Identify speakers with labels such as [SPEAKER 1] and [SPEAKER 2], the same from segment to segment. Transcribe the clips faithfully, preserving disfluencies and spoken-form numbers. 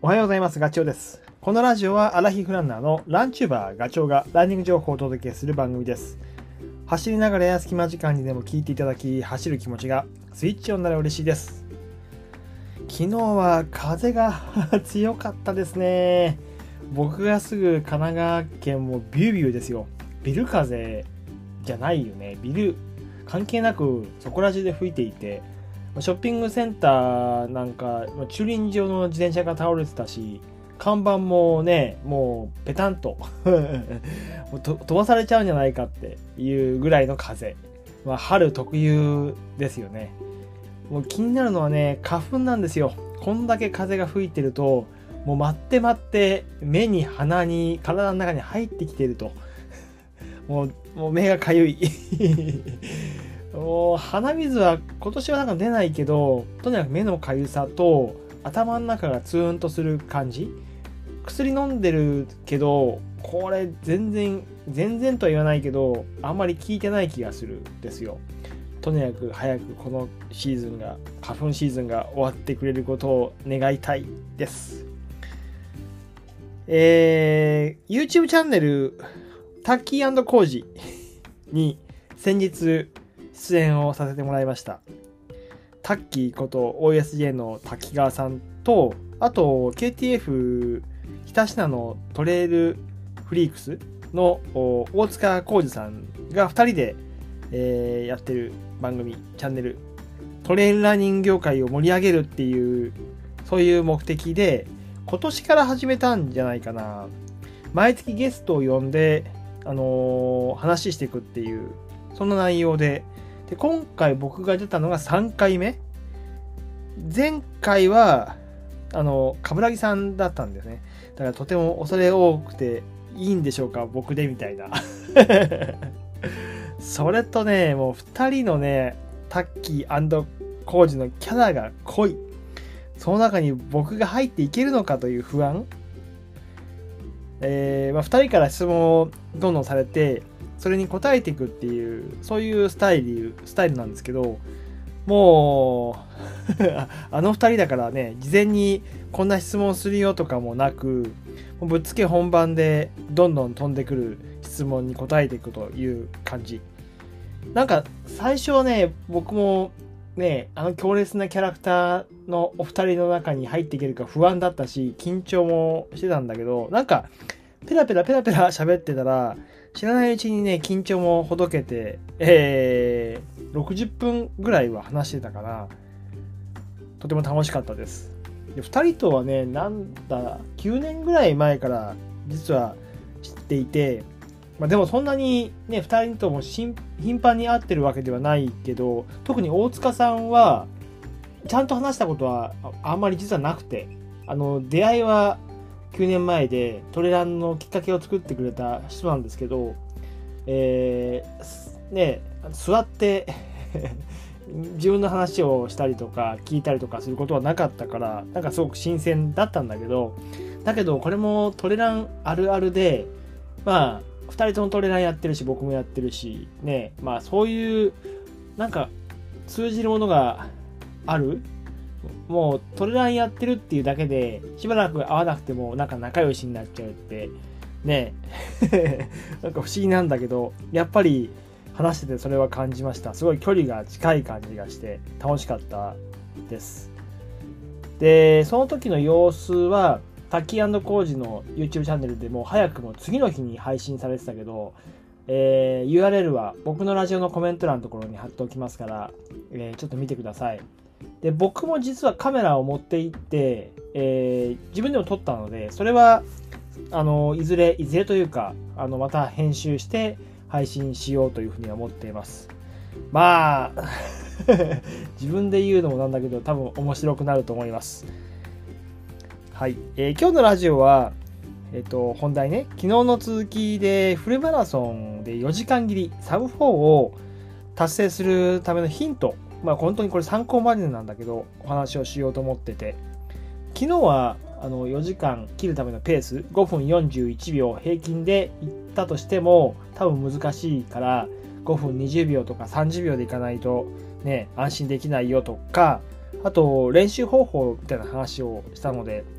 [SPEAKER 1] おはようございます。ガチョウです。このラジオはアラヒフランナーのランチューバーガチョウがランニング情報をお届けする番組です。走りながらや隙間時間にでも聞いていただき、走る気持ちがスイッチオンなら嬉しいです。昨日は風が強かったですね。僕がすぐ神奈川県もビュービューですよ。ビル風じゃないよね。ビル関係なくそこら中で吹いていて、ショッピングセンターなんか駐輪場の自転車が倒れてたし、看板もねもうペタンと飛ばされちゃうんじゃないかっていうぐらいの風、まあ、春特有ですよね。もう気になるのはね花粉なんですよ。こんだけ風が吹いてるともう待って待って目に鼻に体の中に入ってきてるともう、もう目がかゆいもう鼻水は今年はなんか出ないけど、とにかく目のかゆさと頭の中がツーンとする感じ。薬飲んでるけどこれ全然全然とは言わないけどあんまり効いてない気がするんですよ。とにかく早くこのシーズンが花粉シーズンが終わってくれることを願いたいです。えー、YouTube チャンネルタッキー&コージに先日出演をさせてもらいました。タッキーこと オーエスジェー の滝川さんと、あと ケーティーエフ 日田市のトレイルフリークスの大塚浩二さんがふたりで、えー、やってる番組チャンネル、トレイルランニング業界を盛り上げるっていうそういう目的で今年から始めたんじゃないかな。毎月ゲストを呼んで、あのー、話していくっていうそんな内容で、で今回僕が出たのがさんかいめ。前回はあの冠城さんだったんですね。だからとても恐れ多くていいんでしょうか僕でみたいなそれとねもうふたりのねタッキー&コージのキャラが濃い。その中に僕が入っていけるのかという不安、えーまあ、ふたりから質問をどんどんされてそれに答えていくっていうそういうスタイルスタイルなんですけど、もうあのふたりだからね事前にこんな質問するよとかもなく、もうぶっつけ本番でどんどん飛んでくる質問に答えていくという感じ。なんか最初はね僕もねあの強烈なキャラクターのお二人の中に入っていけるか不安だったし緊張もしてたんだけど、なんかペラペラペラペラ喋ってたら知らないうちにね緊張もほどけて、えー、ろくじゅっぷんぐらいは話してたかな。とても楽しかったです。でふたりとはねなんだきゅうねんぐらい前から実は知っていて、まあ、でもそんなにねふたりとも頻繁に会ってるわけではないけど、特に大塚さんはちゃんと話したことはあんまり実はなくて、あの出会いはきゅうねんまえでトレランのきっかけを作ってくれた人なんですけど、えー、ね座って自分の話をしたりとか聞いたりとかすることはなかったから、なんかすごく新鮮だったんだけど、だけどこれもトレランあるあるで、まあふたりともトレランやってるし僕もやってるしね、まあそういうなんか通じるものがある。もうトレランやってるっていうだけでしばらく会わなくてもなんか仲良しになっちゃうってねなんか不思議なんだけど、やっぱり話しててそれは感じました。すごい距離が近い感じがして楽しかったです。でその時の様子はタッキー&コージの YouTube チャンネルでも早くも次の日に配信されてたけど、えー、ユーアールエル は僕のラジオのコメント欄のところに貼っておきますから、えー、ちょっと見てください。で僕も実はカメラを持って行って、えー、自分でも撮ったので、それはあのいずれいずれというかあのまた編集して配信しようというふうに思っています。まあ自分で言うのもなんだけど多分面白くなると思います。はい、えー、今日のラジオはえっと本題ね、昨日の続きでフルマラソンでよじかん切りサブフォーを達成するためのヒント、まあ本当にこれ参考までなんだけどお話をしようと思ってて、昨日はあのよじかん切るためのペースごふんよんじゅういちびょう平均でいったとしても多分難しいからごふんにじゅうびょうとかさんじゅうびょうでいかないとね安心できないよとか、あと練習方法みたいな話をしたので、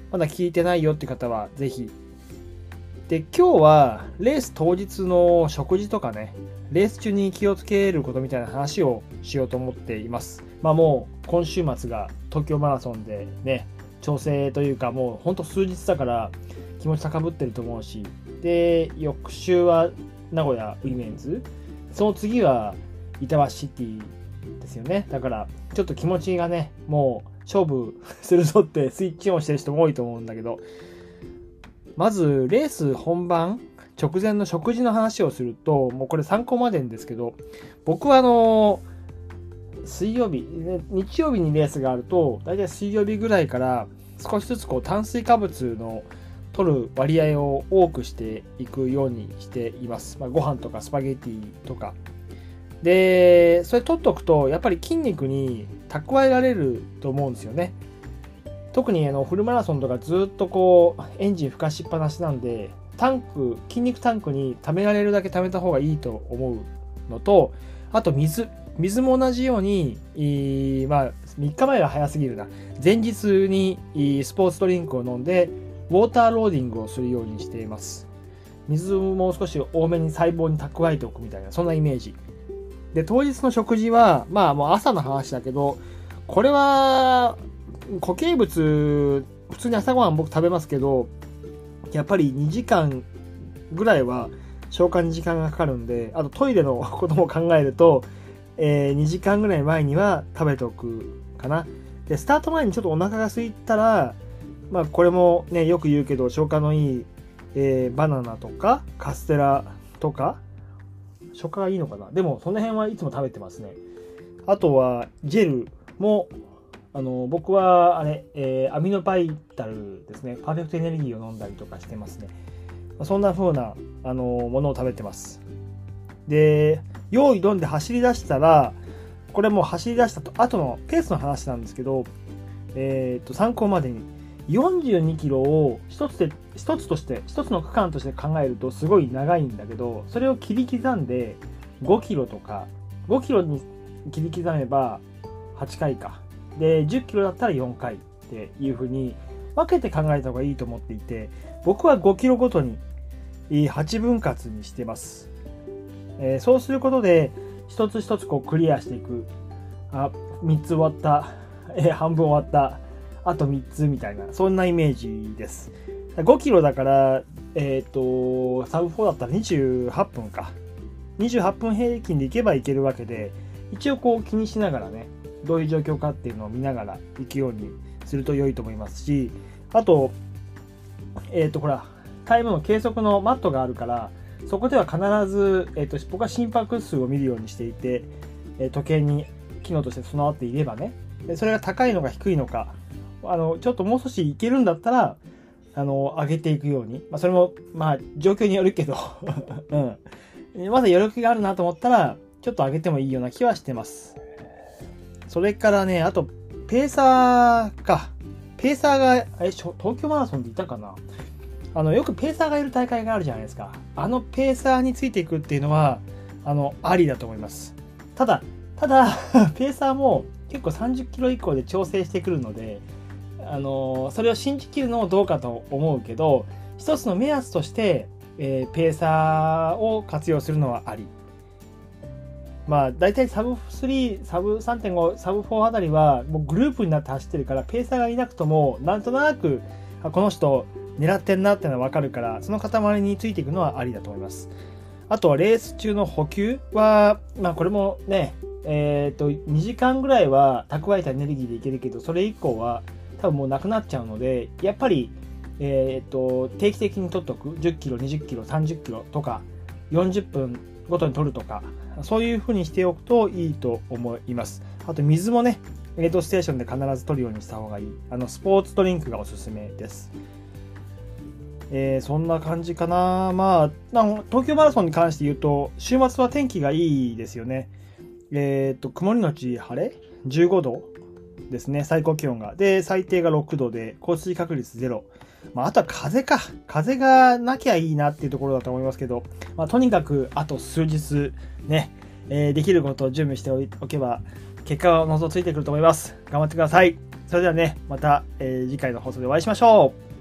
[SPEAKER 1] まだ聞いてないよって方はぜひ。で、今日はレース当日の食事とかね、レース中に気をつけることみたいな話をしようと思っています。まあもう今週末が東京マラソンでね、調整というかもうほんと数日だから気持ち高ぶってると思うし、で、翌週は名古屋ウィメンズ、その次は板橋シティですよね。だからちょっと気持ちがね、もう勝負するぞってスイッチオンしてる人も多いと思うんだけど、まずレース本番直前の食事の話をすると、もうこれ参考までんですけど、僕はあの水曜日、日曜日にレースがあると、だいたい水曜日ぐらいから少しずつこう炭水化物の取る割合を多くしていくようにしています。まあ、ご飯とかスパゲティとか。で、それ取っとくと、やっぱり筋肉に蓄えられると思うんですよね。特にあのフルマラソンとかずっとこうエンジン吹かしっぱなしなんで、タンク、筋肉タンクに溜められるだけ溜めた方がいいと思うのと、あと水。水も同じように、まあ、みっかまえは早すぎるな。前日にスポーツドリンクを飲んで、ウォーターローディングをするようにしています。水も少し多めに細胞に蓄えておくみたいな、そんなイメージ。で、当日の食事は、まあもう朝の話だけど、これは、固形物、普通に朝ごはん僕食べますけど、やっぱりにじかんぐらいは消化に時間がかかるんで、あとトイレのことも考えると、えー、にじかんぐらい前には食べておくかな。で、スタート前にちょっとお腹が空いたら、まあこれもね、よく言うけど消化のいい、えー、バナナとかカステラとか、消化がいいのかな。でもその辺はいつも食べてますね。あとはジェルも、あの僕はあれ、えー、アミノバイタルですね、パーフェクトエネルギーを飲んだりとかしてますね。そんな風なあのものを食べてます。で、用意どんで走り出したら、これもう走り出した後のペースの話なんですけど、えー、と参考までによんじゅうにキロを一つで一つとして一つの区間として考えるとすごい長いんだけど、それを切り刻んでごキロとかごキロに切り刻めばはちかいかで、じゅっキロだったらよんかいっていう風に分けて考えた方がいいと思っていて、僕はごキロごとにはちぶん割にしてます。えー、そうすることで一つ一つこうクリアしていく。あ、みっつ終わった、えー、半分終わった、あとみっつみたいな、そんなイメージです。ごキロだから、えっとサブフォーだったらにじゅうはっぷんか、にじゅうはっぷん平均でいけばいけるわけで、一応こう気にしながらね、どういう状況かっていうのを見ながら行くようにすると良いと思いますし、あとえっとほらタイムの計測のマットがあるから、そこでは必ず、えー、と僕は心拍数を見るようにしていて、えー、時計に機能として備わっていればね、それが高いのか低いのか、あのちょっともう少しいけるんだったらあの上げていくように、まあ、それもまあ状況によるけど、うん、まだ余力があるなと思ったらちょっと上げてもいいような気はしてます。それからね、あとペーサーか、ペーサーがえ東京マラソンでいたかな。あのよくペーサーがいる大会があるじゃないですか。あのペーサーについていくっていうのはあのありだと思います。ただただペーサーも結構さんじゅっキロ以降で調整してくるので、あのそれを信じきるのもどうかと思うけど、一つの目安として、えー、ペーサーを活用するのはあり。まあだいたいサブスリー、サブ さんてんご、サブフォーあたりはもうグループになって走ってるから、ペーサーがいなくともなんとなくこの人狙ってんなってのは分かるから、その塊についていくのはありだと思います。あとはレース中の補給は、まあこれもね、えっとにじかんぐらいは蓄えたエネルギーでいけるけど、それ以降は多分もうなくなっちゃうので、やっぱり、えっと定期的に取っとく、じゅっキロ、にじゅっキロ、さんじゅっキロとかよんじゅっぷんごとに取るとか、そういう風にしておくといいと思います。あと水もね、エイドステーションで必ず取るようにした方がいい。あのスポーツドリンクがおすすめです。えー、そんな感じかな。まあ、東京マラソンに関して言うと、週末は天気がいいですよね。えっと、曇りのち晴れ ?じゅうごどですね、最高気温が。で、最低がろくどで、降水確率ゼロ。まあ、あとは風か。風がなきゃいいなっていうところだと思いますけど、まあ、とにかくあと数日ね、えー、できることを準備しておけば、結果は望ついてくると思います。頑張ってください。 それではね、また、えー次回の放送でお会いしましょう。